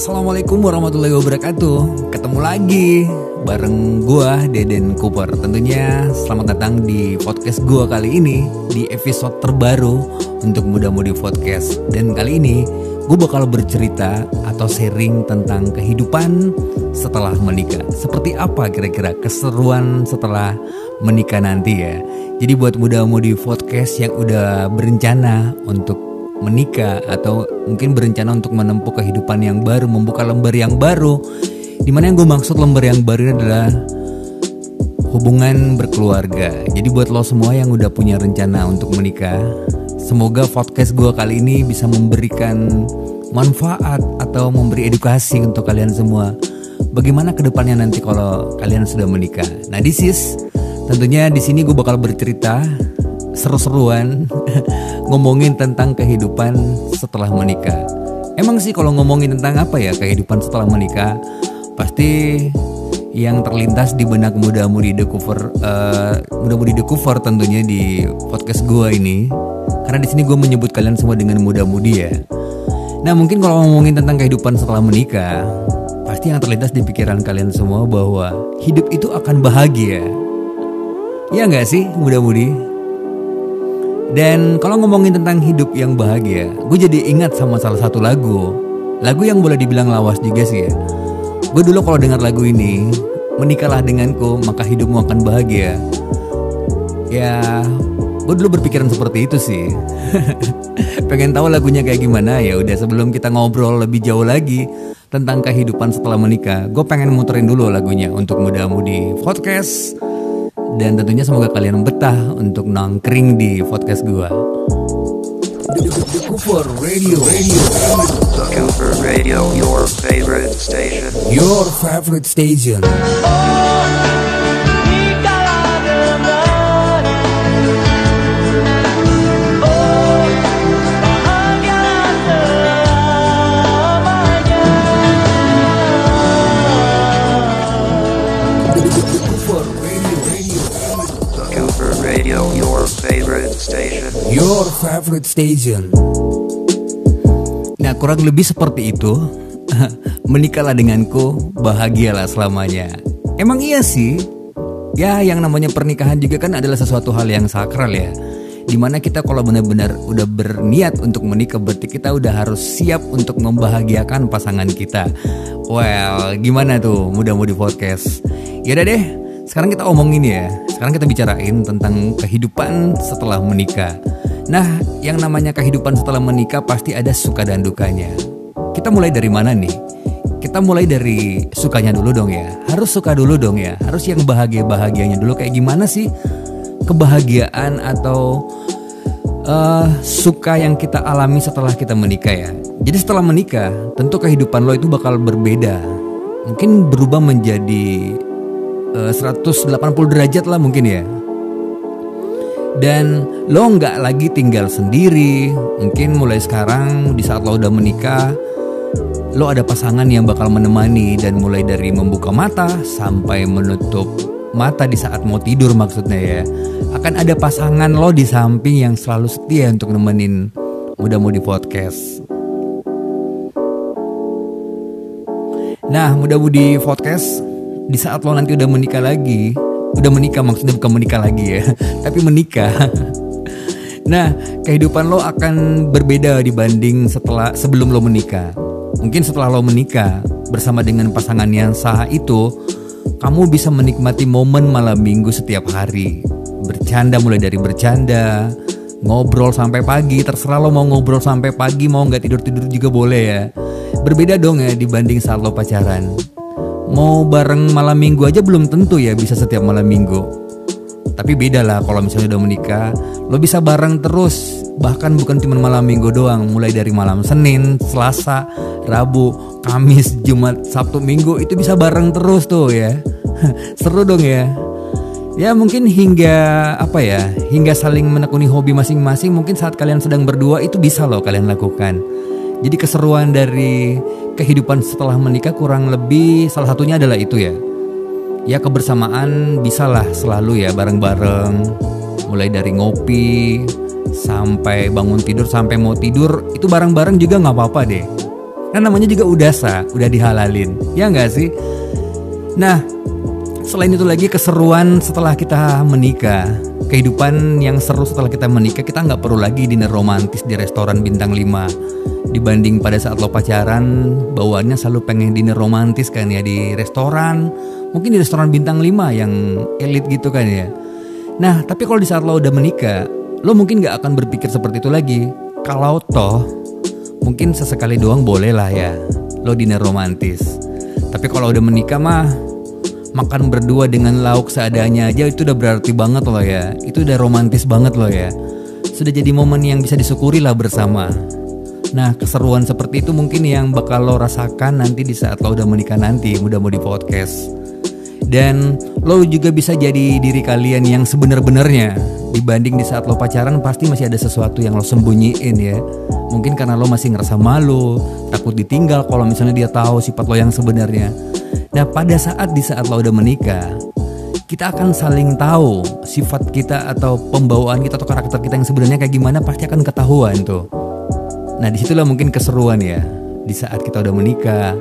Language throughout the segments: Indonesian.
Assalamualaikum warahmatullahi wabarakatuh. Ketemu lagi bareng gua Deden Cooper. Tentunya selamat datang di podcast gua kali ini, di episode terbaru untuk Muda-Mudi Podcast. Dan kali ini gue bakal bercerita atau sharing tentang kehidupan setelah menikah. Seperti apa kira-kira keseruan setelah menikah nanti ya. Jadi buat Muda-Mudi Podcast yang udah berencana untuk menikah atau mungkin berencana untuk menempuh kehidupan yang baru, membuka lembar yang baru. Dimana yang gue maksud lembar yang baru ini adalah hubungan berkeluarga. Jadi buat lo semua yang udah punya rencana untuk menikah, semoga podcast gue kali ini bisa memberikan manfaat atau memberi edukasi untuk kalian semua. Bagaimana kedepannya nanti kalau kalian sudah menikah. Nah, tentunya di sini gue bakal bercerita seru-seruan ngomongin tentang kehidupan setelah menikah. Emang sih kalau ngomongin tentang apa ya kehidupan setelah menikah, pasti yang terlintas di benak Muda-Mudi The Cover tentunya di podcast gue ini. Karena di sini gue menyebut kalian semua dengan muda-mudi ya. Nah, mungkin kalau ngomongin tentang kehidupan setelah menikah, pasti yang terlintas di pikiran kalian semua bahwa hidup itu akan bahagia. Ya nggak sih muda-mudi? Dan kalau ngomongin tentang hidup yang bahagia, gue jadi ingat sama salah satu lagu yang boleh dibilang lawas juga sih ya. Gue dulu kalau dengar lagu ini, menikahlah denganku maka hidupmu akan bahagia. Ya, gue dulu berpikiran seperti itu sih. Pengen tahu lagunya kayak gimana? Ya udah, sebelum kita ngobrol lebih jauh lagi tentang kehidupan setelah menikah, gue pengen muterin dulu lagunya untuk Muda-Mudi Podcast. Dan tentunya semoga kalian betah untuk nongkring di podcast gua. The Cooper Radio. The Cooper Radio, your favorite station. Your favorite station. Your favorite station. Your favorite station. Nah, kurang lebih seperti itu. Menikahlah denganku, bahagialah selamanya. Emang iya sih. Ya, yang namanya pernikahan juga kan adalah sesuatu hal yang sakral ya. Dimana kita kalau benar-benar udah berniat untuk menikah, berarti kita udah harus siap untuk membahagiakan pasangan kita. Well, gimana tuh Muda-Mudi Podcast? Yaudah deh, sekarang kita omongin ya. Sekarang kita bicarain tentang kehidupan setelah menikah. Nah, yang namanya kehidupan setelah menikah pasti ada suka dan dukanya. Kita mulai dari mana nih? Kita mulai dari sukanya dulu dong ya. Harus suka dulu dong ya. Harus yang bahagia-bahagianya dulu. Kayak gimana sih kebahagiaan atau suka yang kita alami setelah kita menikah ya. Jadi setelah menikah, tentu kehidupan lo itu bakal berbeda. Mungkin berubah menjadi 180 derajat lah mungkin ya. Dan lo gak lagi tinggal sendiri. Mungkin mulai sekarang di saat lo udah menikah, lo ada pasangan yang bakal menemani. Dan mulai dari membuka mata sampai menutup mata di saat mau tidur maksudnya ya, akan ada pasangan lo di samping yang selalu setia untuk nemenin Muda-Mudi Podcast. Nah, Muda-Mudi Podcast, di saat lo nanti udah menikah lagi, maksudnya bukan menikah lagi ya, tapi menikah. Nah, kehidupan lo akan berbeda dibanding sebelum lo menikah. Mungkin setelah lo menikah bersama dengan pasangan yang sah itu, kamu bisa menikmati momen malam minggu setiap hari. Bercanda, mulai dari bercanda, ngobrol sampai pagi. Terserah lo mau ngobrol sampai pagi, mau gak tidur-tidur juga boleh ya. Berbeda dong ya dibanding saat lo pacaran. Mau bareng malam minggu aja belum tentu ya bisa setiap malam minggu. Tapi beda lah kalau misalnya udah menikah, lo bisa bareng terus. Bahkan bukan cuma malam minggu doang, mulai dari malam Senin, Selasa, Rabu, Kamis, Jumat, Sabtu, Minggu, itu bisa bareng terus tuh ya. Seru dong ya. Ya mungkin hingga saling menekuni hobi masing-masing. Mungkin saat kalian sedang berdua itu bisa loh kalian lakukan. Jadi keseruan dari kehidupan setelah menikah kurang lebih salah satunya adalah itu ya. Ya kebersamaan bisalah selalu ya bareng-bareng. Mulai dari ngopi sampai bangun tidur, sampai mau tidur itu bareng-bareng juga gak apa-apa deh. Kan namanya juga udah sah, udah dihalalin, ya nggak sih? Nah, selain itu lagi keseruan setelah kita menikah, kehidupan yang seru setelah kita menikah, kita nggak perlu lagi dinner romantis di restoran bintang 5. Dibanding pada saat lo pacaran, bawaannya selalu pengen dinner romantis kan ya di restoran, mungkin di restoran bintang 5 yang elit gitu kan ya. Nah, tapi kalau di saat lo udah menikah, lo mungkin gak akan berpikir seperti itu lagi. Kalau toh, mungkin sesekali doang boleh lah ya lo dinner romantis. Tapi kalau udah menikah mah, makan berdua dengan lauk seadanya aja itu udah berarti banget loh ya. Itu udah romantis banget loh ya. Sudah jadi momen yang bisa disyukuri lah bersama. Nah, keseruan seperti itu mungkin yang bakal lo rasakan nanti di saat lo udah menikah nanti, udah mau di podcast. Dan lo juga bisa jadi diri kalian yang sebenar-benarnya. Dibanding di saat lo pacaran pasti masih ada sesuatu yang lo sembunyiin ya. Mungkin karena lo masih ngerasa malu, takut ditinggal kalau misalnya dia tahu sifat lo yang sebenarnya. Nah, pada saat di saat lo udah menikah, kita akan saling tahu sifat kita atau pembawaan kita atau karakter kita yang sebenarnya kayak gimana, pasti akan ketahuan tuh. Nah, disitulah mungkin keseruan ya di saat kita udah menikah.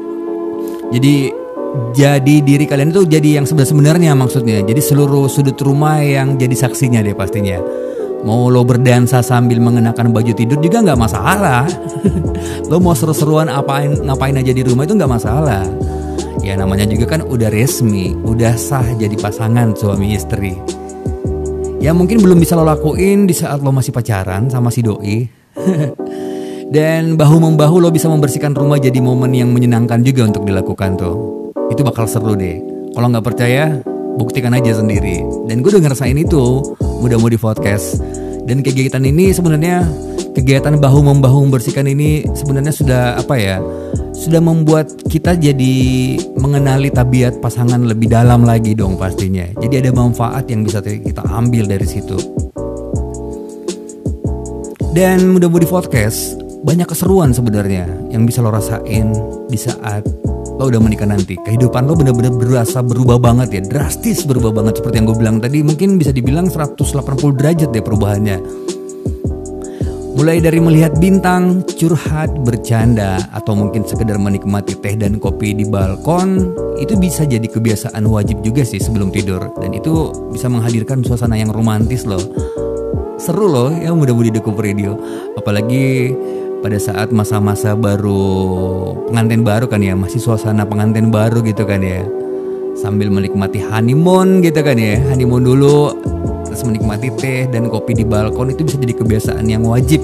Jadi diri kalian itu jadi yang sebenarnya maksudnya. Jadi seluruh sudut rumah yang jadi saksinya deh pastinya. Mau lo berdansa sambil mengenakan baju tidur juga nggak masalah. Lo mau seru-seruan ngapain aja di rumah itu nggak masalah. Ya namanya juga kan udah resmi, udah sah jadi pasangan suami istri. Ya mungkin belum bisa lo lakuin di saat lo masih pacaran sama si doi. Dan bahu-membahu lo bisa membersihkan rumah jadi momen yang menyenangkan juga untuk dilakukan tuh. Itu bakal seru deh. Kalau nggak percaya, buktikan aja sendiri. Dan gue udah ngerasain itu mudah-mudahan di podcast. Dan kegiatan ini sebenarnya, kegiatan bahu-membahu membersihkan ini sebenarnya sudah sudah membuat kita jadi mengenali tabiat pasangan lebih dalam lagi dong pastinya. Jadi ada manfaat yang bisa kita ambil dari situ. Dan mudah-mudahan di podcast banyak keseruan sebenarnya yang bisa lo rasain di saat lo udah menikah nanti. Kehidupan lo benar-benar berasa berubah banget ya, drastis berubah banget seperti yang gue bilang tadi. Mungkin bisa dibilang 180 derajat deh perubahannya. Mulai dari melihat bintang, curhat, bercanda, atau mungkin sekedar menikmati teh dan kopi di balkon, itu bisa jadi kebiasaan wajib juga sih sebelum tidur. Dan itu bisa menghadirkan suasana yang romantis loh. Seru loh ya mudah-mudahan di Cukup Radio. Apalagi pada saat masa-masa baru pengantin baru kan ya, masih suasana pengantin baru gitu kan ya. Sambil menikmati honeymoon gitu kan ya. Honeymoon dulu, terus menikmati teh dan kopi di balkon, itu bisa jadi kebiasaan yang wajib.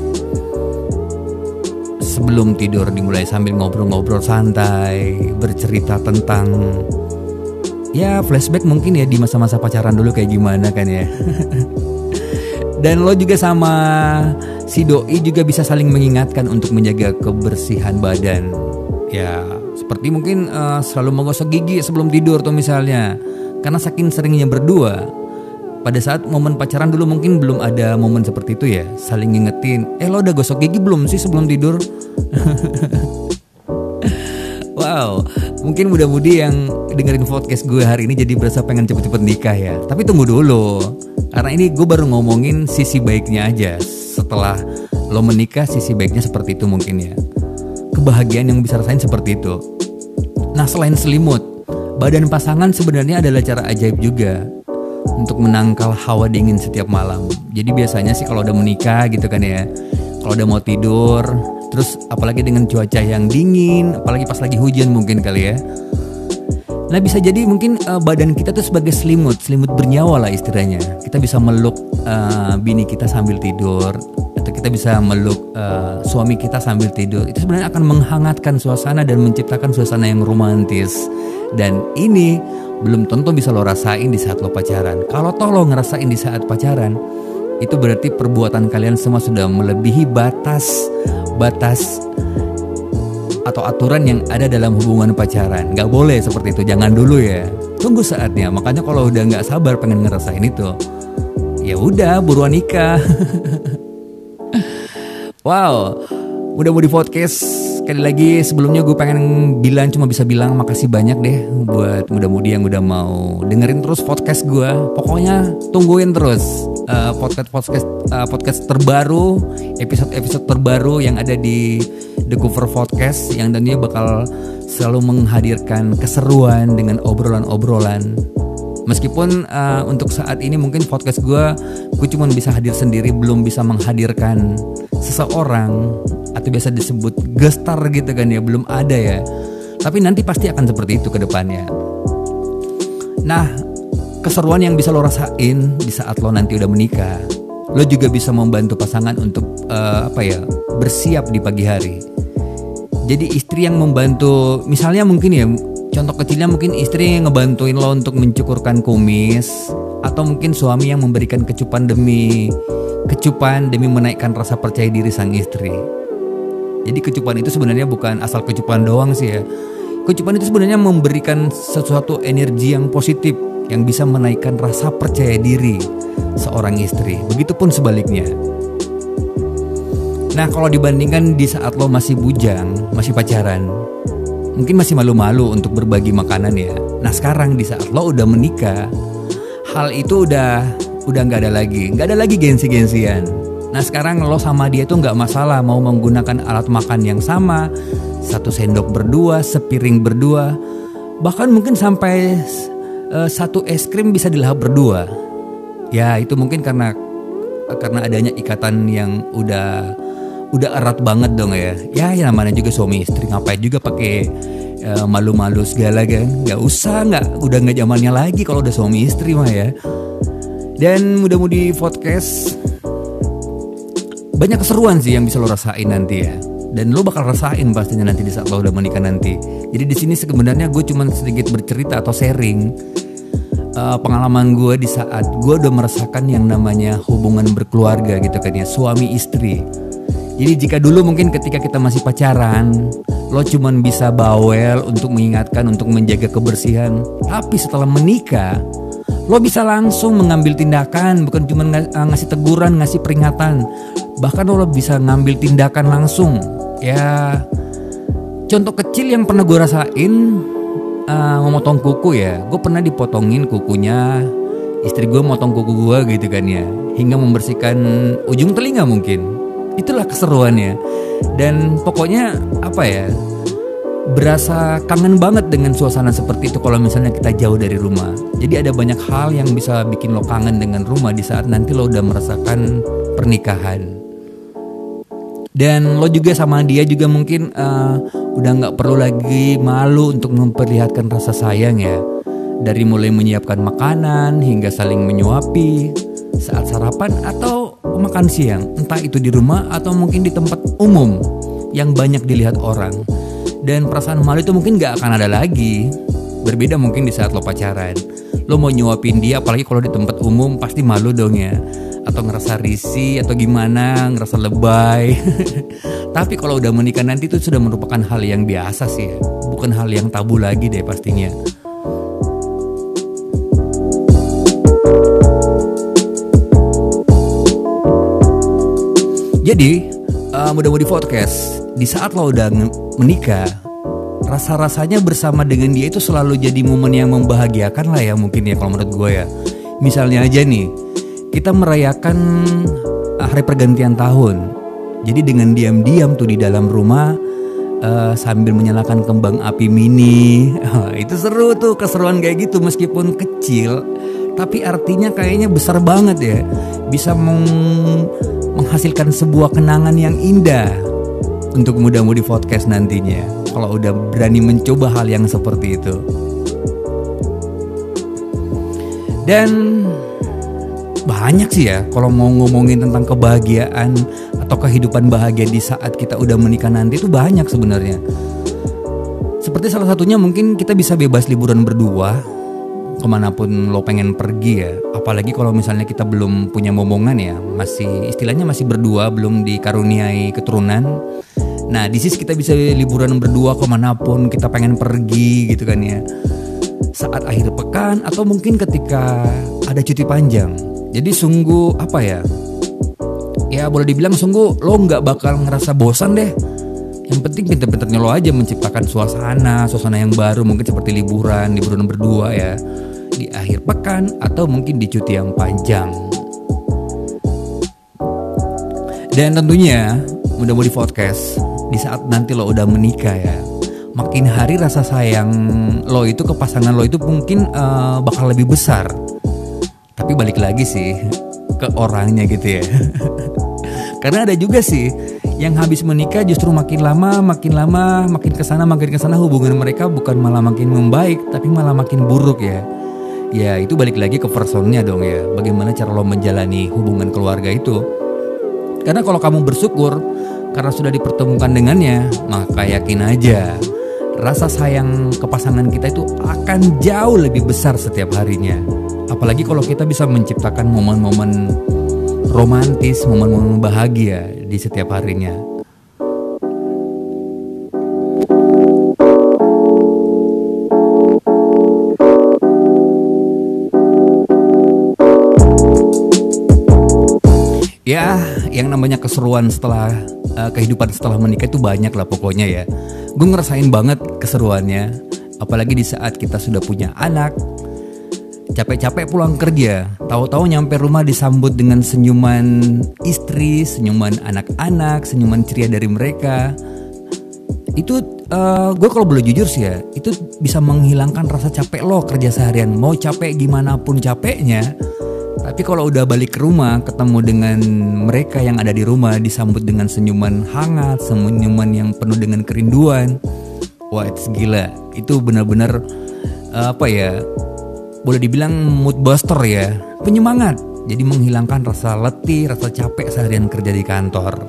Sebelum tidur dimulai sambil ngobrol-ngobrol santai, bercerita tentang ya flashback mungkin ya di masa-masa pacaran dulu kayak gimana kan ya. Dan lo juga sama si doi juga bisa saling mengingatkan untuk menjaga kebersihan badan. Ya seperti mungkin selalu menggosok gigi sebelum tidur tuh misalnya. Karena saking seringnya berdua, pada saat momen pacaran dulu mungkin belum ada momen seperti itu ya. Saling ngingetin, lo udah gosok gigi belum sih sebelum tidur? Wow, mungkin mudah-mudi yang dengerin podcast gue hari ini jadi berasa pengen cepet-cepet nikah ya. Tapi tunggu dulu, karena ini gue baru ngomongin sisi baiknya aja. Setelah lo menikah, sisi baiknya seperti itu mungkin ya. Kebahagiaan yang bisa rasain seperti itu. Nah, selain selimut, badan pasangan sebenarnya adalah cara ajaib juga untuk menangkal hawa dingin setiap malam. Jadi biasanya sih kalau udah menikah gitu kan ya, kalau udah mau tidur, terus apalagi dengan cuaca yang dingin, apalagi pas lagi hujan mungkin kali ya. Nah bisa jadi mungkin badan kita tuh sebagai selimut bernyawa lah istilahnya. Kita bisa meluk bini kita sambil tidur, atau kita bisa meluk suami kita sambil tidur. Itu sebenarnya akan menghangatkan suasana dan menciptakan suasana yang romantis. Dan ini belum tentu bisa lo rasain di saat lo pacaran. Kalau toh lo ngerasain di saat pacaran, itu berarti perbuatan kalian semua sudah melebihi batas atau aturan yang ada dalam hubungan pacaran. Gak boleh seperti itu, jangan dulu ya. Tunggu saatnya. Makanya kalau udah gak sabar pengen ngerasain itu, ya udah buruan nikah. Wow, mudah-mudahan di podcast Sekali lagi sebelumnya gue pengen cuma bisa bilang makasih banyak deh buat muda-mudi yang udah mau dengerin terus podcast gue. Pokoknya tungguin terus podcast terbaru, episode terbaru yang ada di The Cover Podcast yang tentunya bakal selalu menghadirkan keseruan dengan obrolan-obrolan. Meskipun untuk saat ini mungkin podcast gue cuma bisa hadir sendiri, belum bisa menghadirkan seseorang atau biasa disebut gestar gitu kan ya, belum ada ya. Tapi nanti pasti akan seperti itu ke depannya. Nah, keseruan yang bisa lo rasain di saat lo nanti udah menikah, lo juga bisa membantu pasangan untuk bersiap di pagi hari. Jadi istri yang membantu, misalnya mungkin ya, contoh kecilnya mungkin istri yang ngebantuin lo untuk mencukurkan kumis, atau mungkin suami yang memberikan kecupan demi menaikkan rasa percaya diri sang istri. Jadi kecupan itu sebenarnya bukan asal kecupan doang sih ya. Kecupan itu sebenarnya memberikan sesuatu energi yang positif yang bisa menaikkan rasa percaya diri seorang istri. Begitupun sebaliknya. Nah, kalau dibandingkan di saat lo masih bujang, masih pacaran, mungkin masih malu-malu untuk berbagi makanan ya. Nah, sekarang di saat lo udah menikah, hal itu udah nggak ada lagi gengsi-gengsian. Nah, sekarang lo sama dia tuh nggak masalah mau menggunakan alat makan yang sama, satu sendok berdua, sepiring berdua, bahkan mungkin sampai satu es krim bisa dilahap berdua. Ya, itu mungkin karena adanya ikatan yang udah erat banget dong ya. Ya namanya juga suami istri, ngapain juga pakai malu-malu segala kan? Udah nggak zamannya lagi kalau udah suami istri mah ya. Dan mudah-mudahan podcast banyak keseruan sih yang bisa lo rasain nanti ya. Dan lo bakal rasain pastinya nanti di saat lo udah menikah nanti. Jadi di sini sebenarnya gue cuma sedikit bercerita atau sharing pengalaman gue di saat gue udah merasakan yang namanya hubungan berkeluarga gitu kan ya, suami istri. Jadi jika dulu mungkin ketika kita masih pacaran, lo cuman bisa bawel untuk mengingatkan, untuk menjaga kebersihan. Tapi setelah menikah, lo bisa langsung mengambil tindakan, bukan cuma ngasih teguran, ngasih peringatan. Bahkan lo bisa ngambil tindakan langsung. Ya, contoh kecil yang pernah gue rasain, memotong kuku ya. Gue pernah dipotongin kukunya, istri gue motong kuku gue gitu kan ya, hingga membersihkan ujung telinga mungkin. Itulah keseruannya. Dan pokoknya berasa kangen banget dengan suasana seperti itu kalau misalnya kita jauh dari rumah. Jadi ada banyak hal yang bisa bikin lo kangen dengan rumah di saat nanti lo udah merasakan pernikahan. Dan lo juga sama dia juga mungkin udah gak perlu lagi malu untuk memperlihatkan rasa sayang ya. Dari mulai menyiapkan makanan hingga saling menyuapi saat sarapan atau makan siang, entah itu di rumah atau mungkin di tempat umum yang banyak dilihat orang. Dan perasaan malu itu mungkin gak akan ada lagi. Berbeda mungkin di saat lo pacaran. Lo mau nyuapin dia, apalagi kalau di tempat umum, pasti malu dong ya. Atau ngerasa risih atau gimana, ngerasa lebay. Tapi kalau udah menikah nanti itu sudah merupakan hal yang biasa sih ya. Bukan hal yang tabu lagi deh pastinya. Jadi mudah-mudahan podcast di saat lo udah menikah, rasa-rasanya bersama dengan dia itu selalu jadi momen yang membahagiakan lah ya mungkin ya kalau menurut gue ya. Misalnya aja nih, kita merayakan hari pergantian tahun. Jadi dengan diam-diam tuh di dalam rumah sambil menyalakan kembang api mini, itu seru tuh, keseruan kayak gitu meskipun kecil, tapi artinya kayaknya besar banget ya. Bisa menghasilkan sebuah kenangan yang indah untuk muda-mudi podcast nantinya kalau udah berani mencoba hal yang seperti itu. Dan banyak sih ya kalau mau ngomongin tentang kebahagiaan atau kehidupan bahagia di saat kita udah menikah nanti itu banyak sebenarnya. Seperti salah satunya mungkin kita bisa bebas liburan berdua kemanapun lo pengen pergi ya. Apalagi kalau misalnya kita belum punya momongan ya, istilahnya masih berdua, belum dikaruniai keturunan. Nah di sini kita bisa liburan berdua kemanapun kita pengen pergi gitu kan ya, saat akhir pekan atau mungkin ketika ada cuti panjang. Jadi sungguh ya boleh dibilang sungguh lo gak bakal ngerasa bosan deh. Yang penting pinter-pinternya lo aja menciptakan suasana yang baru, mungkin seperti liburan berdua ya, di akhir pekan atau mungkin di cuti yang panjang. Dan tentunya mudah-mudahan di podcast di saat nanti lo udah menikah ya, makin hari rasa sayang lo itu ke pasangan lo itu mungkin bakal lebih besar. Tapi balik lagi sih ke orangnya gitu ya. Karena ada juga sih yang habis menikah justru makin lama makin kesana hubungan mereka bukan malah makin membaik, tapi malah makin buruk ya. Ya itu balik lagi ke personnya dong ya, bagaimana cara lo menjalani hubungan keluarga itu. Karena kalau kamu bersyukur karena sudah dipertemukan dengannya, maka yakin aja rasa sayang ke pasangan kita itu akan jauh lebih besar setiap harinya. Apalagi kalau kita bisa menciptakan momen-momen romantis, momen-momen bahagia di setiap harinya. Ya, yang namanya keseruan setelah kehidupan setelah menikah itu banyak lah pokoknya ya. Gue ngerasain banget keseruannya, apalagi di saat kita sudah punya anak. Capek-capek pulang kerja, tahu-tahu nyampe rumah disambut dengan senyuman istri, senyuman anak-anak, senyuman ceria dari mereka. Itu gue kalau boleh jujur sih ya, itu bisa menghilangkan rasa capek lo kerja seharian. Mau capek gimana pun capeknya, tapi kalau udah balik ke rumah, ketemu dengan mereka yang ada di rumah, disambut dengan senyuman hangat, senyuman yang penuh dengan kerinduan. Wah, itu gila. Itu benar-benar boleh dibilang mood booster ya, penyemangat. Jadi menghilangkan rasa letih, rasa capek seharian kerja di kantor.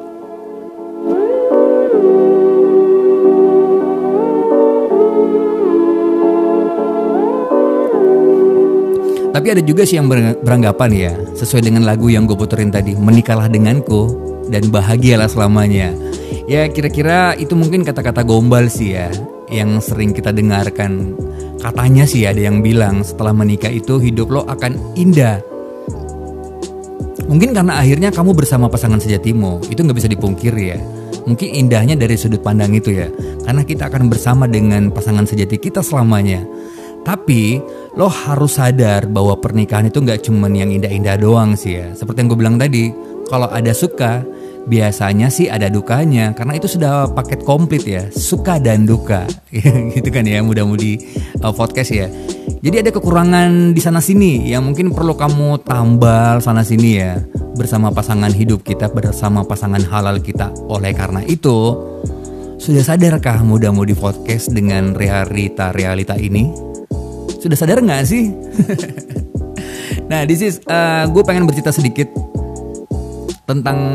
Tapi ada juga sih yang beranggapan ya, sesuai dengan lagu yang gue puterin tadi, menikahlah denganku dan bahagialah selamanya. Ya kira-kira itu mungkin kata-kata gombal sih ya, yang sering kita dengarkan. Katanya sih ada yang bilang setelah menikah itu hidup lo akan indah. Mungkin karena akhirnya kamu bersama pasangan sejatimu, itu gak bisa dipungkiri ya. Mungkin indahnya dari sudut pandang itu ya, karena kita akan bersama dengan pasangan sejati kita selamanya. Tapi lo harus sadar bahwa pernikahan itu gak cuman yang indah-indah doang sih ya. Seperti yang gue bilang tadi, kalau ada suka, biasanya sih ada dukanya, karena itu sudah paket komplit ya, suka dan duka. Gitu kan ya, mudah-mudi podcast ya. Jadi ada kekurangan di sana sini yang mungkin perlu kamu tambal sana sini ya, bersama pasangan hidup kita, bersama pasangan halal kita. Oleh karena itu, sudah sadarkah mudah-mudi podcast dengan realita ini? Sudah sadar gak sih? Nah, gue pengen bercerita sedikit tentang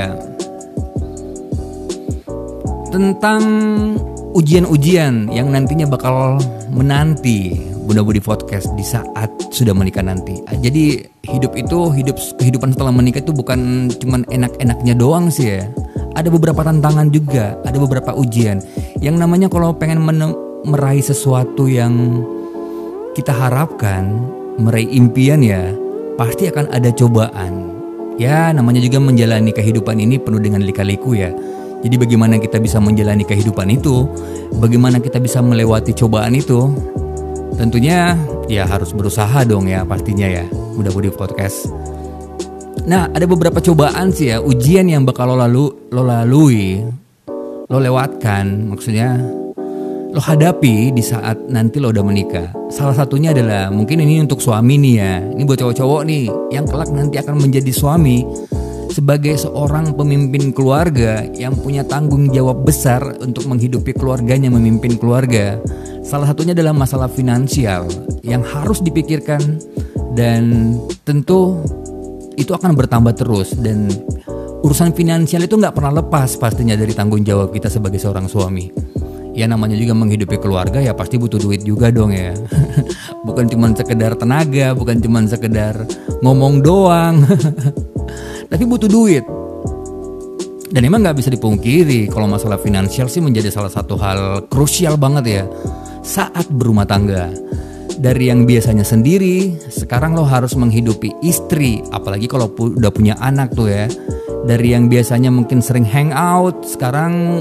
tentang ujian-ujian yang nantinya bakal menanti Bunda-Budi Podcast di saat sudah menikah nanti. Jadi kehidupan setelah menikah itu bukan cuman enak-enaknya doang sih ya. Ada beberapa tantangan juga, ada beberapa ujian. Yang namanya kalau pengen meraih sesuatu yang kita harapkan, meraih impian ya, pasti akan ada cobaan. Ya namanya juga menjalani kehidupan ini penuh dengan lika-liku ya. Jadi bagaimana kita bisa menjalani kehidupan itu, bagaimana kita bisa melewati cobaan itu, tentunya ya harus berusaha dong ya pastinya ya, Bunda-Budi Podcast. Nah ada beberapa cobaan sih ya, ujian yang bakal lo lalui, lo lewatkan, maksudnya lo hadapi di saat nanti lo udah menikah. Salah satunya adalah mungkin ini untuk suami nih ya, ini buat cowok-cowok nih yang kelak nanti akan menjadi suami. Sebagai seorang pemimpin keluarga yang punya tanggung jawab besar untuk menghidupi keluarganya, memimpin keluarga, salah satunya adalah masalah finansial yang harus dipikirkan, dan tentu itu akan bertambah terus. Dan urusan finansial itu gak pernah lepas pastinya dari tanggung jawab kita sebagai seorang suami. Ya namanya juga menghidupi keluarga ya pasti butuh duit juga dong ya. Bukan cuma sekedar tenaga, bukan cuma sekedar ngomong doang. Tapi butuh duit. Dan emang gak bisa dipungkiri kalau masalah finansial sih menjadi salah satu hal krusial banget ya saat berumah tangga. Dari yang biasanya sendiri, sekarang lo harus menghidupi istri. Apalagi kalau udah punya anak tuh ya. Dari yang biasanya mungkin sering hangout, sekarang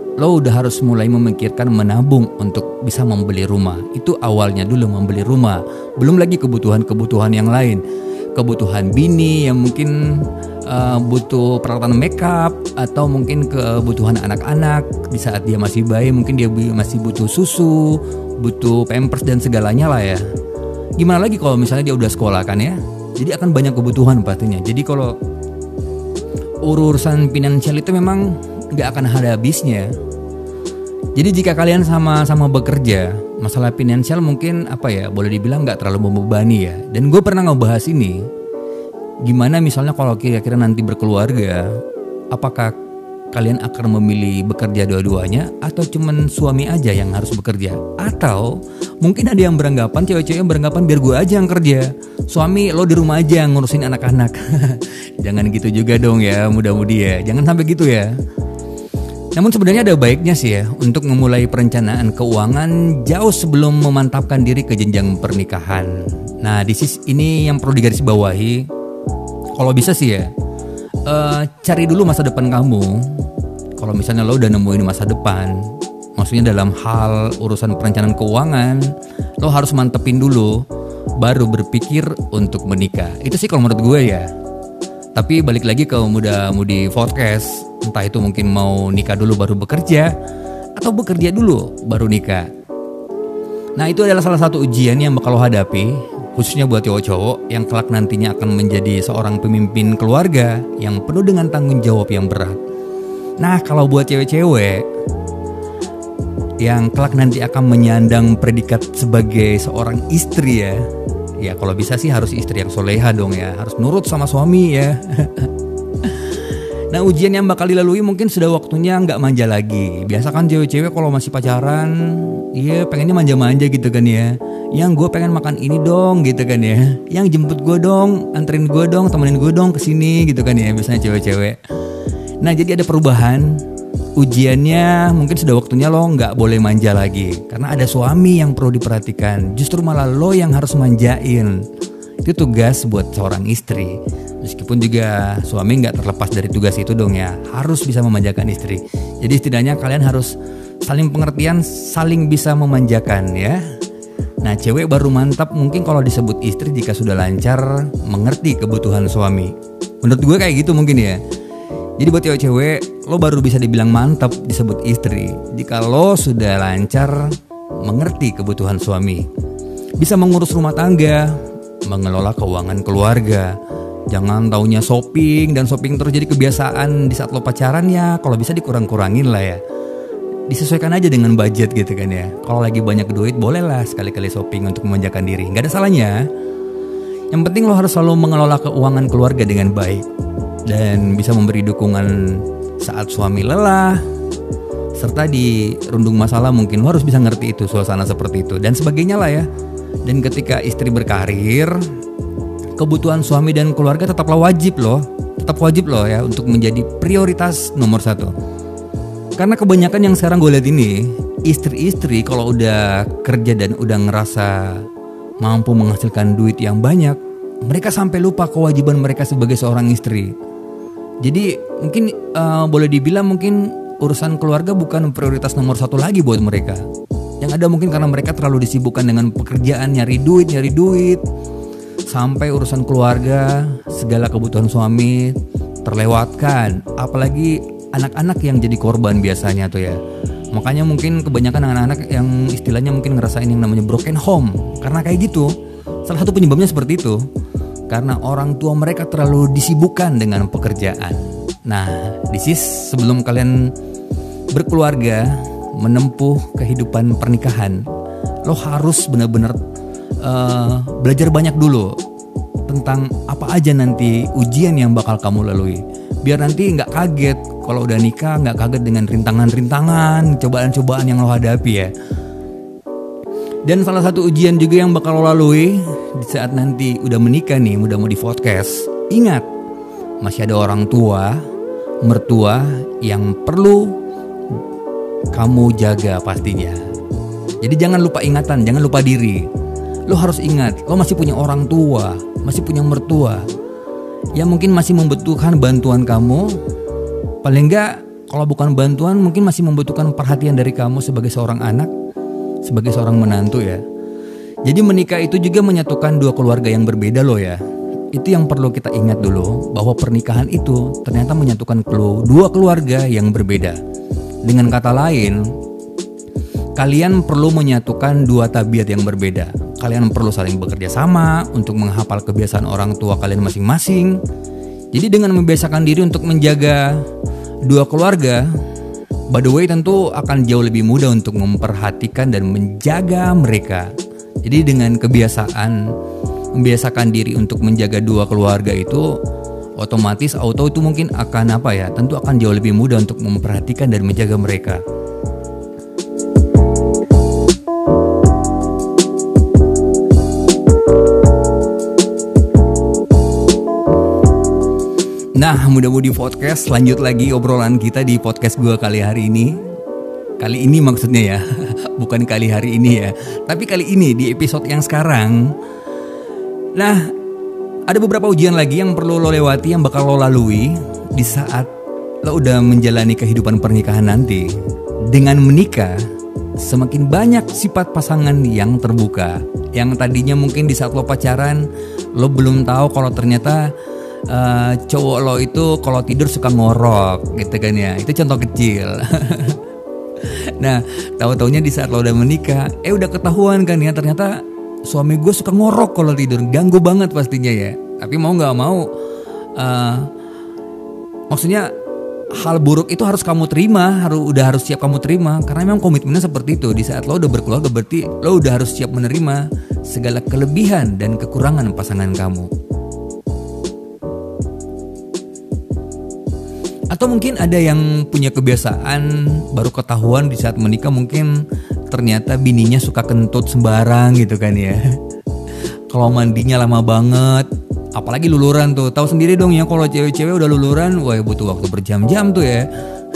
lo udah harus mulai memikirkan menabung untuk bisa membeli rumah. Itu awalnya dulu membeli rumah. Belum lagi kebutuhan-kebutuhan yang lain. Kebutuhan bini yang mungkin butuh peralatan makeup, atau mungkin kebutuhan anak-anak di saat dia masih bayi, mungkin dia masih butuh susu, butuh pampers dan segalanya lah ya. Gimana lagi kalau misalnya dia udah sekolah kan ya. Jadi akan banyak kebutuhan pastinya. Jadi kalau urusan finansial itu memang gak akan ada habisnya. Jadi jika kalian sama-sama bekerja, masalah finansial mungkin boleh dibilang gak terlalu membebani ya. Dan gue pernah ngebahas ini. Gimana misalnya kalau kira-kira nanti berkeluarga, apakah kalian akan memilih bekerja dua-duanya, atau cuman suami aja yang harus bekerja? Atau mungkin ada yang beranggapan, cewek-cewek yang beranggapan biar gue aja yang kerja, suami lo di rumah aja yang ngurusin anak-anak. Jangan gitu juga dong ya, mudah-mudi ya, jangan sampai gitu ya. Namun sebenarnya ada baiknya sih ya untuk memulai perencanaan keuangan jauh sebelum memantapkan diri ke jenjang pernikahan. Nah, ini yang perlu digarisbawahi. Kalau bisa sih ya, cari dulu masa depan kamu. Kalau misalnya lo udah nemuin masa depan, maksudnya dalam hal urusan perencanaan keuangan, lo harus mantepin dulu, baru berpikir untuk menikah. Itu sih kalau menurut gue ya. Tapi balik lagi ke muda-mudi podcast, entah itu mungkin mau nikah dulu baru bekerja, atau bekerja dulu baru nikah. Nah, itu adalah salah satu ujian yang bakal lo hadapi, khususnya buat cowok-cowok yang kelak nantinya akan menjadi seorang pemimpin keluarga yang penuh dengan tanggung jawab yang berat. Nah, kalau buat cewek-cewek yang kelak nanti akan menyandang predikat sebagai seorang istri ya kalau bisa sih harus istri yang soleha dong ya, harus nurut sama suami ya. Nah, ujian yang bakal dilalui mungkin sudah waktunya nggak manja lagi. Biasa kan cewek-cewek kalau masih pacaran, pengennya manja-manja gitu kan ya. Yang gue pengen makan ini dong gitu kan ya. Yang jemput gue dong, anterin gue dong, temenin gue dong kesini gitu kan ya. Biasanya cewek-cewek. Nah, jadi ada perubahan. Ujiannya mungkin sudah waktunya lo nggak boleh manja lagi. Karena ada suami yang perlu diperhatikan. Justru malah lo yang harus manjain. Itu tugas buat seorang istri. Meskipun juga suami nggak terlepas dari tugas itu dong ya, harus bisa memanjakan istri. Jadi setidaknya kalian harus saling pengertian, saling bisa memanjakan ya. Nah, cewek baru mantap mungkin kalau disebut istri jika sudah lancar mengerti kebutuhan suami. Menurut gue kayak gitu mungkin ya. Jadi buat cewek-cewek, lo baru bisa dibilang mantap disebut istri jika lo sudah lancar mengerti kebutuhan suami, bisa mengurus rumah tangga, mengelola keuangan keluarga. Jangan taunya shopping dan shopping terus jadi kebiasaan di saat lo pacaran ya. Kalau bisa dikurang-kurangin lah ya. Disesuaikan aja dengan budget gitu kan ya. Kalau lagi banyak duit bolehlah sekali-kali shopping untuk memanjakan diri. Gak ada salahnya. Yang penting lo harus selalu mengelola keuangan keluarga dengan baik. Dan bisa memberi dukungan saat suami lelah. Serta di rundung masalah mungkin lo harus bisa ngerti itu, suasana seperti itu. Dan sebagainya lah ya. Dan ketika istri berkarir, kebutuhan suami dan keluarga tetap wajib loh ya untuk menjadi prioritas nomor 1. Karena kebanyakan yang sekarang gue lihat ini, istri-istri kalau udah kerja dan udah ngerasa mampu menghasilkan duit yang banyak, mereka sampai lupa kewajiban mereka sebagai seorang istri. Jadi mungkin boleh dibilang mungkin urusan keluarga bukan prioritas nomor 1 lagi buat mereka. Yang ada mungkin karena mereka terlalu disibukkan dengan pekerjaan, nyari duit, sampai urusan keluarga, segala kebutuhan suami terlewatkan. Apalagi anak-anak yang jadi korban biasanya tuh ya. Makanya mungkin kebanyakan anak-anak yang istilahnya mungkin ngerasain yang namanya broken home. Karena kayak gitu. Salah satu penyebabnya seperti itu. Karena orang tua mereka terlalu disibukkan dengan pekerjaan. Nah, sebelum kalian berkeluarga, menempuh kehidupan pernikahan, lo harus benar-benar belajar banyak dulu tentang apa aja nanti ujian yang bakal kamu lalui. Biar nanti gak kaget kalau udah nikah, gak kaget dengan rintangan-rintangan, cobaan-cobaan yang lo hadapi ya. Dan salah satu ujian juga yang bakal lo lalui di saat nanti udah menikah nih, udah mau di podcast. Ingat, masih ada orang tua, mertua yang perlu kamu jaga pastinya. Jadi jangan lupa ingatan, jangan lupa diri. Lo harus ingat, lo masih punya orang tua, masih punya mertua yang mungkin masih membutuhkan bantuan kamu. Paling enggak Kalau bukan bantuan, mungkin masih membutuhkan perhatian dari kamu sebagai seorang anak, sebagai seorang menantu ya. Jadi menikah itu juga menyatukan dua keluarga yang berbeda loh ya. Itu yang perlu kita ingat dulu, bahwa pernikahan itu ternyata menyatukan dua keluarga yang berbeda. Dengan kata lain, kalian perlu menyatukan dua tabiat yang berbeda. Kalian perlu saling bekerja sama untuk menghafal kebiasaan orang tua kalian masing-masing. Jadi dengan membiasakan diri untuk menjaga dua keluarga, by the way tentu akan jauh lebih mudah untuk memperhatikan dan menjaga mereka. Jadi dengan membiasakan diri untuk menjaga dua keluarga itu, otomatis itu mungkin akan tentu akan jauh lebih mudah untuk memperhatikan dan menjaga mereka. Nah, mudah-mudi podcast, lanjut lagi obrolan kita di podcast gue kali ini. Kali ini maksudnya ya, bukan kali hari ini ya, tapi kali ini di episode yang sekarang. Nah, ada beberapa ujian lagi yang perlu lo lewati, yang bakal lo lalui di saat lo udah menjalani kehidupan pernikahan nanti. Dengan menikah, semakin banyak sifat pasangan yang terbuka. Yang tadinya mungkin di saat lo pacaran, lo belum tahu kalau ternyata cowok lo itu kalau tidur suka ngorok gitu kan ya. Itu contoh kecil. Nah, tahu-taunya di saat lo udah menikah, udah ketahuan kan ya, ternyata suami gue suka ngorok kalau tidur. Ganggu banget pastinya ya. Tapi mau gak mau, maksudnya hal buruk itu harus kamu terima, harus siap kamu terima. Karena memang komitmennya seperti itu. Di saat lo udah berkeluarga, berarti lo udah harus siap menerima segala kelebihan dan kekurangan pasangan kamu. Atau mungkin ada yang punya kebiasaan baru ketahuan di saat menikah, mungkin ternyata bininya suka kentut sembarang gitu kan ya. Kalau mandinya lama banget, apalagi luluran tuh. Tahu sendiri dong ya, kalau cewek-cewek udah luluran, wah butuh waktu berjam-jam tuh ya.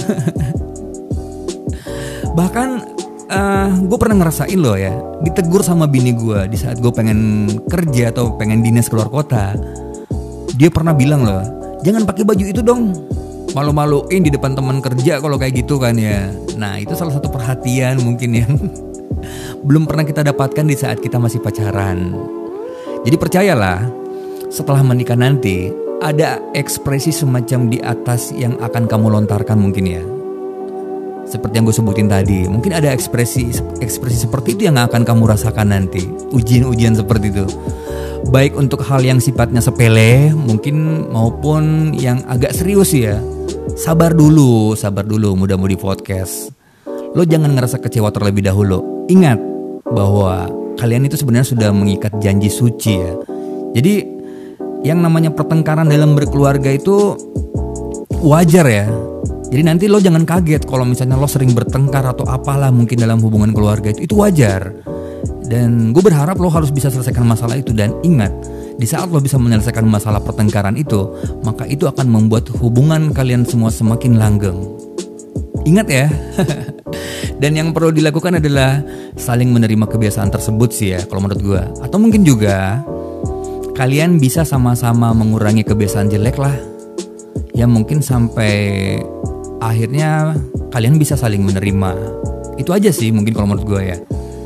Bahkan gue pernah ngerasain loh ya, ditegur sama bini gue di saat gue pengen kerja atau pengen dinas keluar kota. Dia pernah bilang loh, jangan pakai baju itu dong, malu-maluin di depan teman kerja kalau kayak gitu kan ya. Nah, itu salah satu perhatian mungkin yang belum pernah kita dapatkan di saat kita masih pacaran. Jadi percayalah, setelah menikah nanti ada ekspresi semacam di atas yang akan kamu lontarkan mungkin ya. Seperti yang gue sebutin tadi, mungkin ada ekspresi seperti itu yang akan kamu rasakan nanti. Ujian-ujian seperti itu, baik untuk hal yang sifatnya sepele mungkin maupun yang agak serius ya. Sabar dulu mudah-mudi podcast. Lo jangan ngerasa kecewa terlebih dahulu. Ingat bahwa kalian itu sebenarnya sudah mengikat janji suci ya. Jadi yang namanya pertengkaran dalam berkeluarga itu wajar ya. Jadi nanti lo jangan kaget kalau misalnya lo sering bertengkar atau apalah mungkin dalam hubungan keluarga itu wajar. Dan gue berharap lo harus bisa selesaikan masalah itu. Dan ingat, di saat lo bisa menyelesaikan masalah pertengkaran itu, maka itu akan membuat hubungan kalian semua semakin langgeng. Ingat ya. Dan yang perlu dilakukan adalah saling menerima kebiasaan tersebut sih ya, kalau menurut gue. Atau mungkin juga kalian bisa sama-sama mengurangi kebiasaan jelek lah, yang mungkin sampai akhirnya kalian bisa saling menerima. Itu aja sih mungkin kalau menurut gue ya.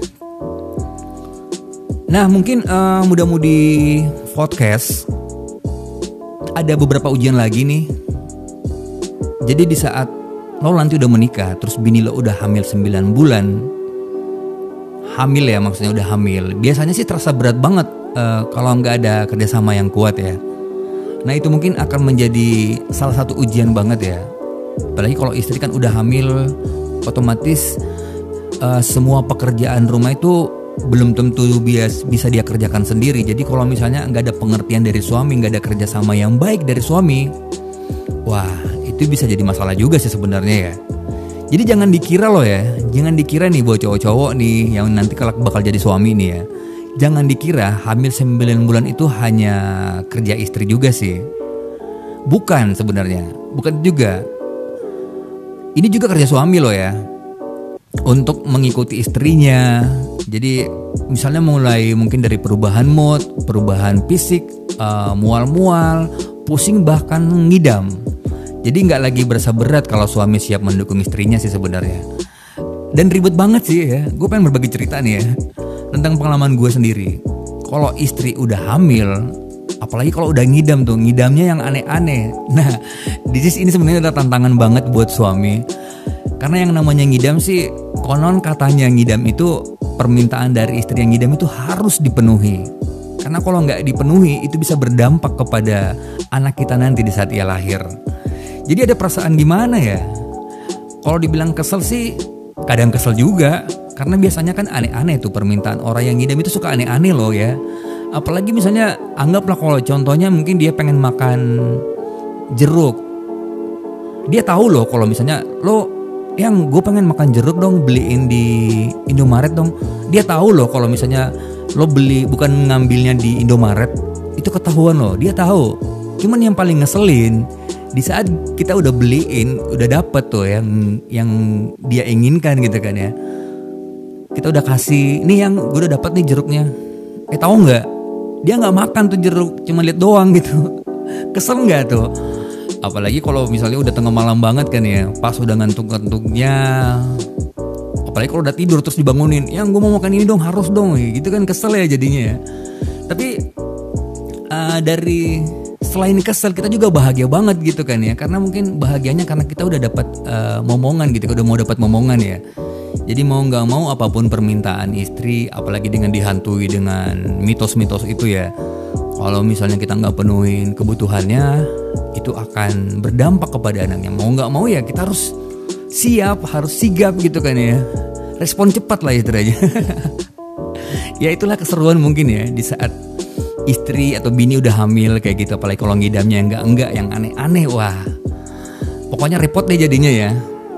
Nah, mungkin mudah-mudi podcast ada beberapa ujian lagi nih. Jadi di saat lo nanti udah menikah, terus bini lo udah hamil 9 bulan. Hamil ya, maksudnya udah hamil. Biasanya sih terasa berat banget kalau nggak ada kerjasama yang kuat ya. Nah, itu mungkin akan menjadi salah satu ujian banget ya. Apalagi kalau istri kan udah hamil, otomatis semua pekerjaan rumah itu belum tentu bisa dia kerjakan sendiri. Jadi kalau misalnya nggak ada pengertian dari suami, nggak ada kerjasama yang baik dari suami, wah itu bisa jadi masalah juga sih sebenarnya ya. Jadi jangan dikira loh ya, jangan dikira nih buat cowok-cowok nih yang nanti kelak bakal jadi suami nih ya. Jangan dikira hamil 9 bulan itu hanya kerja istri juga sih. Bukan sebenarnya, bukan juga. Ini juga kerja suami loh ya, untuk mengikuti istrinya. Jadi misalnya mulai mungkin dari perubahan mood, perubahan fisik, mual-mual, pusing bahkan ngidam. Jadi nggak lagi berasa berat kalau suami siap mendukung istrinya sih sebenarnya. Dan ribet banget sih ya. Gue pengen berbagi cerita nih ya tentang pengalaman gue sendiri. Kalau istri udah hamil, apalagi kalau udah ngidam tuh, ngidamnya yang aneh-aneh. Nah, ini sebenarnya adalah tantangan banget buat suami. Karena yang namanya ngidam sih, konon katanya ngidam itu permintaan dari istri yang ngidam itu harus dipenuhi. Karena kalau nggak dipenuhi itu bisa berdampak kepada anak kita nanti di saat ia lahir. Jadi ada perasaan gimana ya? Kalau dibilang kesel sih kadang kesel juga. Karena biasanya kan aneh-aneh tuh permintaan orang yang ngidam itu suka aneh-aneh loh ya. Apalagi misalnya anggaplah kalau contohnya mungkin dia pengen makan jeruk. Dia tahu loh kalau misalnya yang gue pengen makan jeruk dong, beliin di Indomaret dong. Dia tahu loh kalau misalnya lo beli bukan ngambilnya di Indomaret, itu ketahuan loh. Dia tahu. Cuman yang paling ngeselin di saat kita udah beliin, udah dapet tuh yang dia inginkan gitu kan ya. Kita udah kasih, nih yang gue udah dapet nih jeruknya. Tahu nggak? Dia nggak makan tuh jeruk, cuma lihat doang gitu. Kesel nggak tuh? Apalagi kalau misalnya udah tengah malam banget kan ya, pas udah ngantuk-ngantuknya. Apalagi kalau udah tidur terus dibangunin, yang gue mau makan ini dong, harus dong, gitu kan kesel ya jadinya ya. Tapi dari selain kesel kita juga bahagia banget gitu kan ya, karena mungkin bahagianya karena kita udah dapat momongan gitu, udah mau dapat momongan ya. Jadi mau nggak mau apapun permintaan istri, apalagi dengan dihantui dengan mitos-mitos itu ya, kalau misalnya kita nggak penuhin kebutuhannya, itu akan berdampak kepada anaknya. Mau nggak mau ya kita harus siap, harus sigap gitu kan ya. Respon cepat lah istilahnya. Ya itulah keseruan mungkin ya di saat istri atau bini udah hamil kayak gitu. Apalagi kalau ngidamnya enggak yang aneh-aneh. Wah, pokoknya repot deh jadinya ya.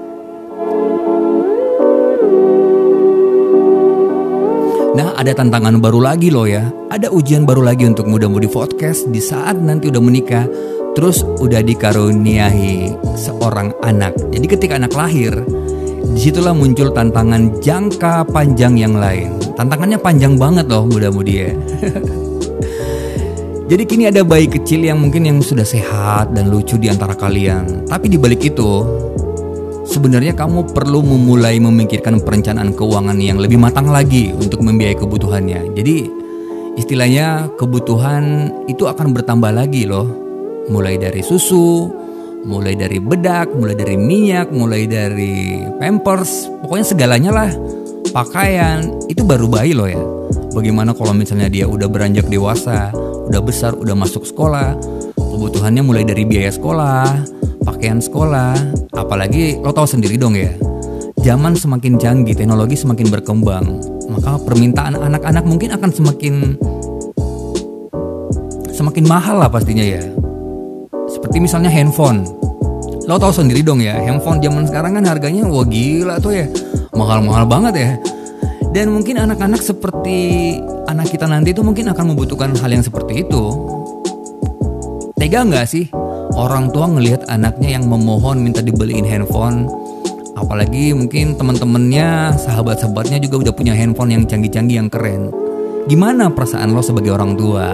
Nah, ada tantangan baru lagi loh ya. Ada ujian baru lagi untuk muda-mudi podcast di saat nanti udah menikah, terus udah dikaruniai seorang anak. Jadi ketika anak lahir, disitulah muncul tantangan jangka panjang yang lain. Tantangannya panjang banget loh muda-mudi ya. Jadi kini ada bayi kecil yang mungkin yang sudah sehat dan lucu di antara kalian. Tapi di balik itu, sebenarnya kamu perlu memulai memikirkan perencanaan keuangan yang lebih matang lagi untuk membiayai kebutuhannya. Jadi istilahnya kebutuhan itu akan bertambah lagi loh. Mulai dari susu, mulai dari bedak, mulai dari minyak, mulai dari pampers, pokoknya segalanya lah. Pakaian, itu baru bayi loh ya. Bagaimana kalau misalnya dia udah beranjak dewasa, udah besar, udah masuk sekolah, kebutuhannya mulai dari biaya sekolah, pakaian sekolah, apalagi lo tahu sendiri dong ya, zaman semakin canggih, teknologi semakin berkembang, maka permintaan anak-anak mungkin akan semakin mahal lah pastinya ya. Seperti misalnya handphone, lo tahu sendiri dong ya, handphone zaman sekarang kan harganya wah gila tuh ya, mahal-mahal banget ya. Dan mungkin anak-anak seperti anak kita nanti itu mungkin akan membutuhkan hal yang seperti itu. Tega nggak sih orang tua ngelihat anaknya yang memohon minta dibeliin handphone, apalagi mungkin teman-temannya, sahabat-sahabatnya juga udah punya handphone yang canggih-canggih, yang keren. Gimana perasaan lo sebagai orang tua?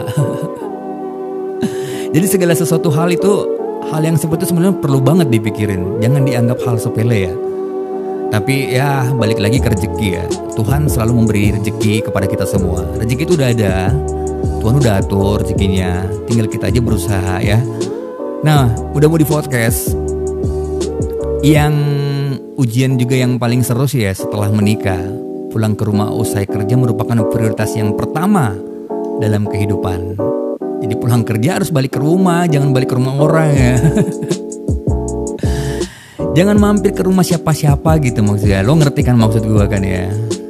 Jadi segala sesuatu hal yang seperti itu sebenarnya perlu banget dipikirin. Jangan dianggap hal sepele ya. Tapi ya balik lagi ke rezeki ya. Tuhan selalu memberi rezeki kepada kita semua. Rezeki itu udah ada, Tuhan udah atur rezekinya. Tinggal kita aja berusaha ya. Nah, udah mau di podcast. Yang ujian juga yang paling seru sih ya setelah menikah. Pulang ke rumah usai kerja merupakan prioritas yang pertama dalam kehidupan. Jadi pulang kerja harus balik ke rumah, jangan balik ke rumah orang ya. Jangan mampir ke rumah siapa-siapa gitu maksudnya. Lo ngerti kan maksud gue kan ya.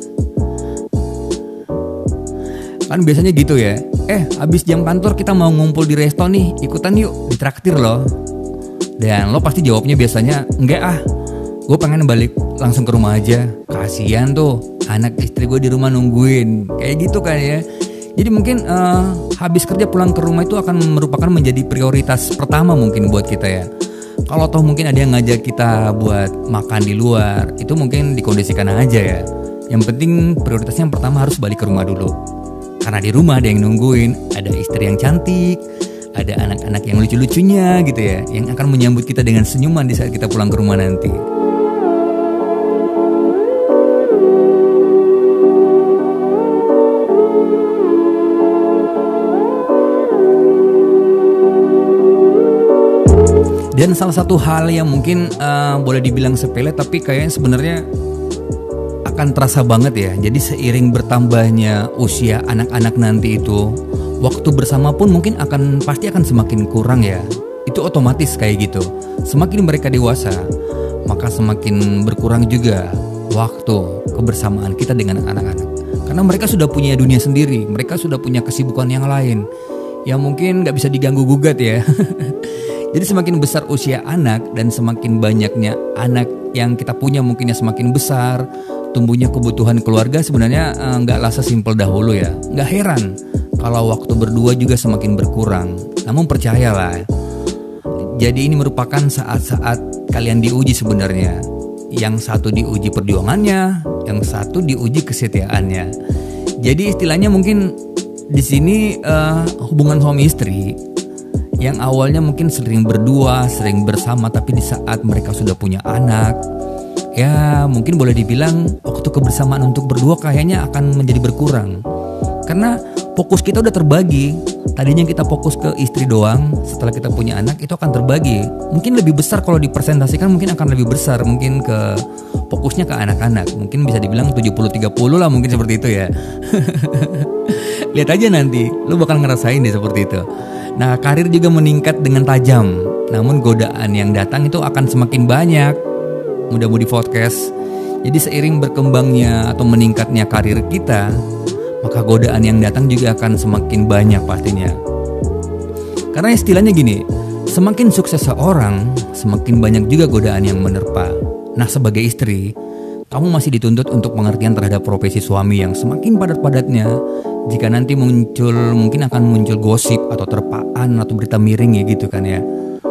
Kan biasanya gitu ya. Habis jam kantor kita mau ngumpul di resto nih, ikutan yuk, ditraktir loh. Dan lo pasti jawabnya biasanya, enggak gue pengen balik langsung ke rumah aja. Kasian tuh anak istri gue di rumah nungguin. Kayak gitu kan ya. Jadi mungkin habis kerja pulang ke rumah itu akan merupakan menjadi prioritas pertama mungkin buat kita ya. Kalau toh mungkin ada yang ngajak kita buat makan di luar, itu mungkin dikondisikan aja ya. Yang penting prioritasnya yang pertama harus balik ke rumah dulu. Karena di rumah ada yang nungguin, ada istri yang cantik, ada anak-anak yang lucu-lucunya gitu ya, yang akan menyambut kita dengan senyuman di saat kita pulang ke rumah nanti. Dan salah satu hal yang mungkin boleh dibilang sepele tapi kayaknya sebenarnya akan terasa banget ya. Jadi seiring bertambahnya usia anak-anak nanti itu, waktu bersama pun mungkin pasti akan semakin kurang ya. Itu otomatis kayak gitu. Semakin mereka dewasa, maka semakin berkurang juga waktu kebersamaan kita dengan anak-anak. Karena mereka sudah punya dunia sendiri, mereka sudah punya kesibukan yang lain yang mungkin gak bisa diganggu gugat ya. Jadi semakin besar usia anak dan semakin banyaknya anak yang kita punya mungkinnya semakin besar, tumbuhnya kebutuhan keluarga sebenarnya nggak sesimpel dahulu ya. Nggak heran kalau waktu berdua juga semakin berkurang. Namun percayalah, jadi ini merupakan saat-saat kalian diuji sebenarnya. Yang satu diuji perjuangannya, yang satu diuji kesetiaannya. Jadi istilahnya mungkin di sini hubungan suami istri yang awalnya mungkin sering berdua, sering bersama, tapi di saat mereka sudah punya anak, ya mungkin boleh dibilang waktu kebersamaan untuk berdua kayaknya akan menjadi berkurang. Karena fokus kita udah terbagi. Tadinya kita fokus ke istri doang, setelah kita punya anak itu akan terbagi. Mungkin lebih besar kalau dipresentasikan, mungkin akan lebih besar, mungkin ke fokusnya ke anak-anak. Mungkin bisa dibilang 70-30 lah, mungkin seperti itu ya. Lihat aja nanti, lu bakal ngerasain deh seperti itu. Nah, karir juga meningkat dengan tajam. Namun godaan yang datang itu akan semakin banyak. Mudah-mudi podcast. Jadi seiring berkembangnya atau meningkatnya karir kita, maka godaan yang datang juga akan semakin banyak pastinya. Karena istilahnya gini, semakin sukses seorang, semakin banyak juga godaan yang menerpa. Nah, sebagai istri, kamu masih dituntut untuk pengertian terhadap profesi suami yang semakin padat-padatnya. Jika nanti mungkin akan muncul gosip atau terpaan atau berita miring ya gitu kan ya.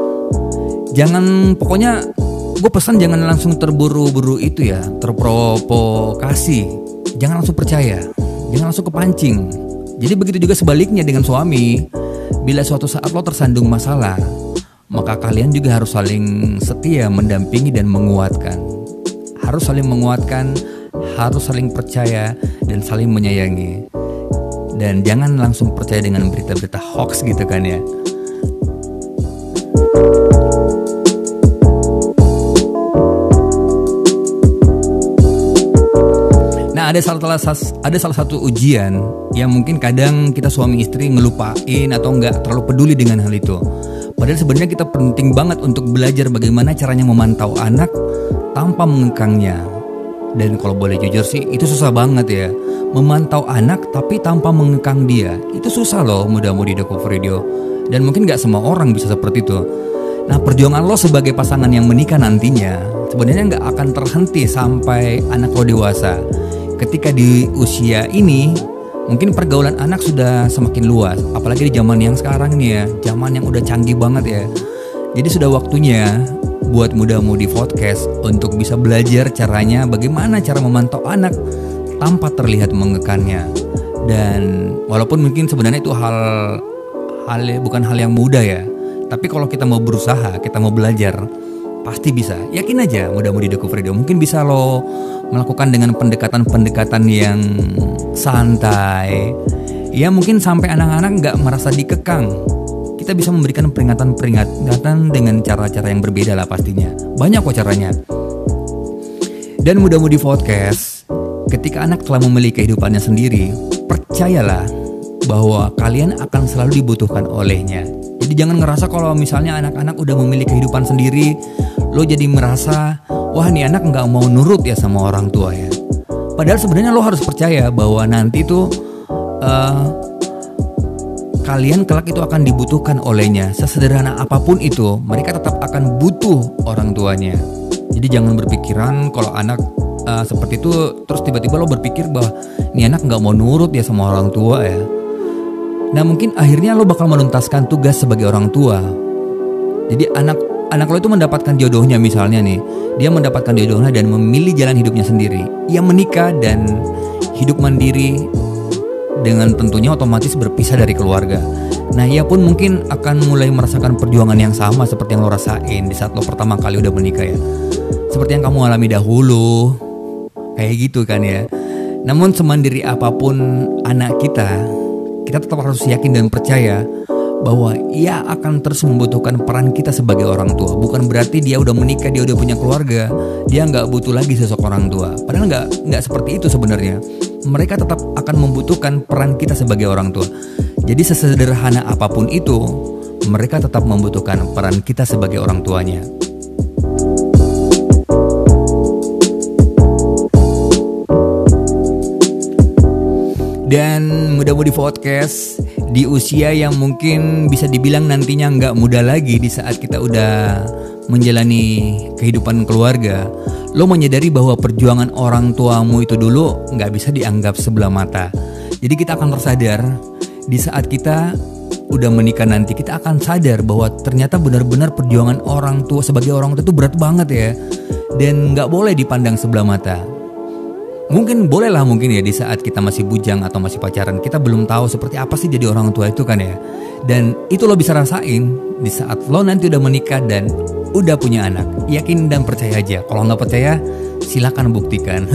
Pokoknya gue pesan jangan langsung terburu-buru itu ya, terprovokasi. Jangan langsung percaya, jangan langsung kepancing. Jadi begitu juga sebaliknya dengan suami. Bila suatu saat lo tersandung masalah, maka kalian juga harus saling setia mendampingi dan menguatkan. Harus saling menguatkan, harus saling percaya dan saling menyayangi. Dan jangan langsung percaya dengan berita-berita hoax gitu kan ya. Nah, ada salah satu ujian yang mungkin kadang kita suami istri ngelupain atau nggak terlalu peduli dengan hal itu. Padahal sebenarnya kita penting banget untuk belajar bagaimana caranya memantau anak tanpa mengekangnya. Dan kalau boleh jujur sih itu susah banget ya. Memantau anak tapi tanpa mengekang dia, itu susah loh mudah-mudi The Cover Radio. Dan mungkin gak semua orang bisa seperti itu. Nah, perjuangan lo sebagai pasangan yang menikah nantinya sebenarnya gak akan terhenti sampai anak lo dewasa. Ketika di usia ini mungkin pergaulan anak sudah semakin luas. Apalagi di zaman yang sekarang nih ya, zaman yang udah canggih banget ya. Jadi sudah waktunya buat muda-mudi podcast untuk bisa belajar caranya bagaimana cara memantau anak tanpa terlihat mengekangnya. Dan walaupun mungkin sebenarnya itu bukan hal yang mudah ya, tapi kalau kita mau berusaha, kita mau belajar, pasti bisa. Yakin aja mudah-mudi The Cover Radio. Mungkin bisa lo melakukan dengan pendekatan-pendekatan yang santai. Ya mungkin sampai anak-anak gak merasa dikekang. Kita bisa memberikan peringatan dengan cara-cara yang berbeda lah pastinya. Banyak kok caranya. Dan mudah-mudi podcast, ketika anak telah memiliki kehidupannya sendiri, percayalah bahwa kalian akan selalu dibutuhkan olehnya. Jadi jangan ngerasa kalau misalnya anak-anak udah memiliki kehidupan sendiri, lo jadi merasa, wah nih anak gak mau nurut ya sama orang tua ya. Padahal sebenarnya lo harus percaya bahwa nanti tuh kalian kelak itu akan dibutuhkan olehnya. Sesederhana apapun itu, mereka tetap akan butuh orang tuanya. Jadi jangan berpikiran kalau anak seperti itu terus tiba-tiba lo berpikir bahwa ini anak gak mau nurut ya sama orang tua ya. Nah mungkin akhirnya lo bakal menuntaskan tugas sebagai orang tua. Jadi anak lo itu mendapatkan jodohnya misalnya nih, dia mendapatkan jodohnya dan memilih jalan hidupnya sendiri. Ia menikah dan hidup mandiri dengan tentunya otomatis berpisah dari keluarga. Nah, ia pun mungkin akan mulai merasakan perjuangan yang sama seperti yang lo rasain di saat lo pertama kali udah menikah ya. Seperti yang kamu alami dahulu, kayak gitu kan ya. Namun semandiri apapun anak kita tetap harus yakin dan percaya bahwa ia akan terus membutuhkan peran kita sebagai orang tua. Bukan berarti dia udah menikah, dia udah punya keluarga, dia nggak butuh lagi sosok orang tua. Padahal nggak seperti itu sebenarnya. Mereka tetap akan membutuhkan peran kita sebagai orang tua. Jadi sesederhana apapun itu, mereka tetap membutuhkan peran kita sebagai orang tuanya. Dan mudah-mudi podcast di usia yang mungkin bisa dibilang nantinya nggak muda lagi di saat kita udah menjalani kehidupan keluarga, lo menyadari bahwa perjuangan orang tuamu itu dulu nggak bisa dianggap sebelah mata. Jadi kita akan tersadar di saat kita udah menikah nanti, kita akan sadar bahwa ternyata benar-benar perjuangan orang tua sebagai orang tua itu berat banget ya, dan nggak boleh dipandang sebelah mata. Mungkin bolehlah mungkin ya di saat kita masih bujang atau masih pacaran, kita belum tahu seperti apa sih jadi orang tua itu kan ya. Dan itu lo bisa rasain di saat lo nanti udah menikah dan udah punya anak. Yakin dan percaya aja. Kalau nggak percaya silakan buktikan.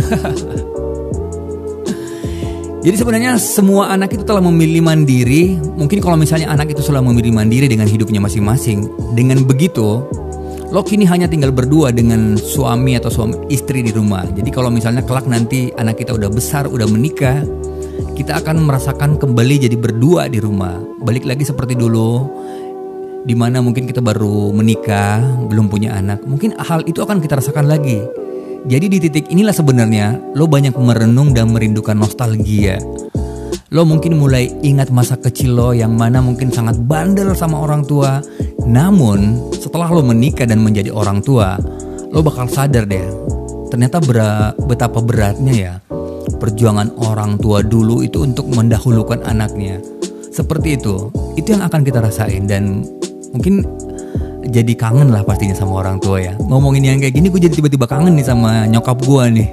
Jadi sebenarnya semua anak itu telah memilih mandiri. Mungkin kalau misalnya anak itu sudah memilih mandiri dengan hidupnya masing-masing, dengan begitu lo kini hanya tinggal berdua dengan suami atau suami istri di rumah. Jadi kalau misalnya kelak nanti anak kita udah besar, udah menikah, kita akan merasakan kembali jadi berdua di rumah. Balik lagi seperti dulu, dimana mungkin kita baru menikah, belum punya anak. Mungkin hal itu akan kita rasakan lagi. Jadi di titik inilah sebenarnya lo banyak merenung dan merindukan nostalgia. Lo mungkin mulai ingat masa kecil lo yang mana mungkin sangat bandel sama orang tua. Namun setelah lo menikah dan menjadi orang tua, lo bakal sadar deh, ternyata betapa beratnya ya perjuangan orang tua dulu itu untuk mendahulukan anaknya. Seperti itu yang akan kita rasain. Dan mungkin jadi kangen lah pastinya sama orang tua ya. Ngomongin yang kayak gini gue jadi tiba-tiba kangen nih sama nyokap gue nih.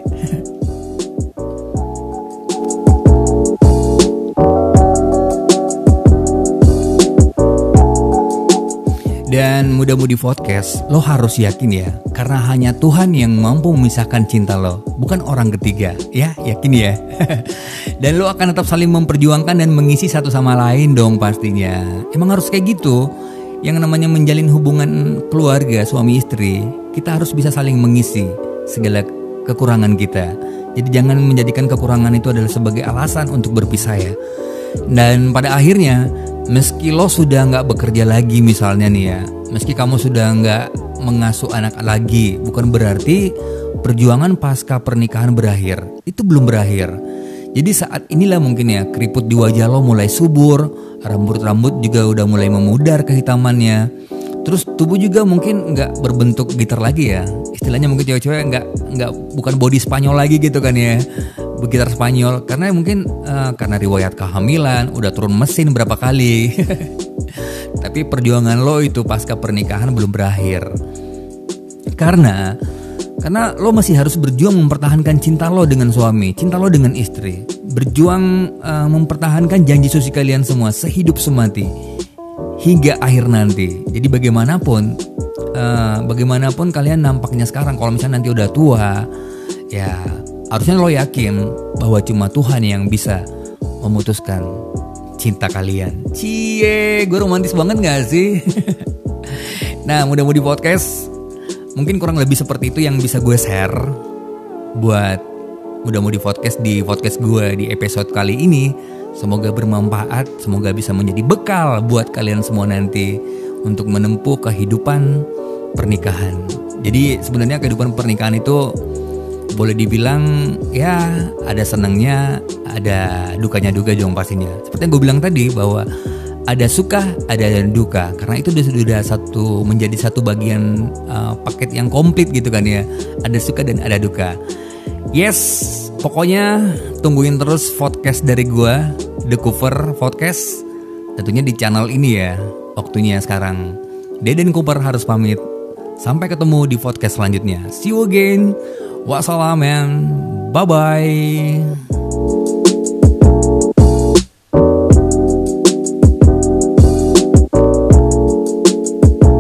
Dan mudah-mudi podcast, lo harus yakin ya, karena hanya Tuhan yang mampu memisahkan cinta lo, bukan orang ketiga. Ya, yakin ya. Dan lo akan tetap saling memperjuangkan dan mengisi satu sama lain dong pastinya. Emang harus kayak gitu. Yang namanya menjalin hubungan keluarga suami istri, kita harus bisa saling mengisi segala kekurangan kita. Jadi jangan menjadikan kekurangan itu adalah sebagai alasan untuk berpisah ya. Dan pada akhirnya, meski lo sudah gak bekerja lagi misalnya nih ya, meski kamu sudah gak mengasuh anak lagi, bukan berarti perjuangan pasca pernikahan berakhir. Itu belum berakhir. Jadi saat inilah mungkin ya keriput di wajah lo mulai subur, rambut juga udah mulai memudar kehitamannya. Terus tubuh juga mungkin gak berbentuk gitar lagi ya. Istilahnya mungkin cewek-cewek bukan body Spanyol lagi gitu kan ya, bergitar Spanyol. Karena mungkin karena riwayat kehamilan, udah turun mesin berapa kali. Tapi perjuangan lo itu pasca pernikahan belum berakhir. Karena lo masih harus berjuang mempertahankan cinta lo dengan suami, cinta lo dengan istri. Berjuang mempertahankan janji suci kalian semua sehidup semati hingga akhir nanti. Jadi bagaimanapun kalian nampaknya sekarang, kalau misalnya nanti udah tua, ya harusnya lo yakin bahwa cuma Tuhan yang bisa memutuskan cinta kalian. Cie, gue romantis banget gak sih? Nah, mudah-mudahan di podcast mungkin kurang lebih seperti itu yang bisa gue share buat mudah-mudahan di podcast gue di episode kali ini. Semoga bermanfaat, semoga bisa menjadi bekal buat kalian semua nanti untuk menempuh kehidupan pernikahan. Jadi sebenarnya kehidupan pernikahan itu boleh dibilang ya ada senangnya, ada dukanya juga dong pastinya. Seperti yang gue bilang tadi bahwa ada suka, ada duka. Karena itu sudah menjadi satu bagian paket yang komplit gitu kan ya. Ada suka dan ada duka. Yes, pokoknya tungguin terus podcast dari gue, The Cooper Podcast. Tentunya di channel ini ya. Waktunya sekarang Deden Cooper harus pamit. Sampai ketemu di podcast selanjutnya. See you again. Wassalam and bye-bye.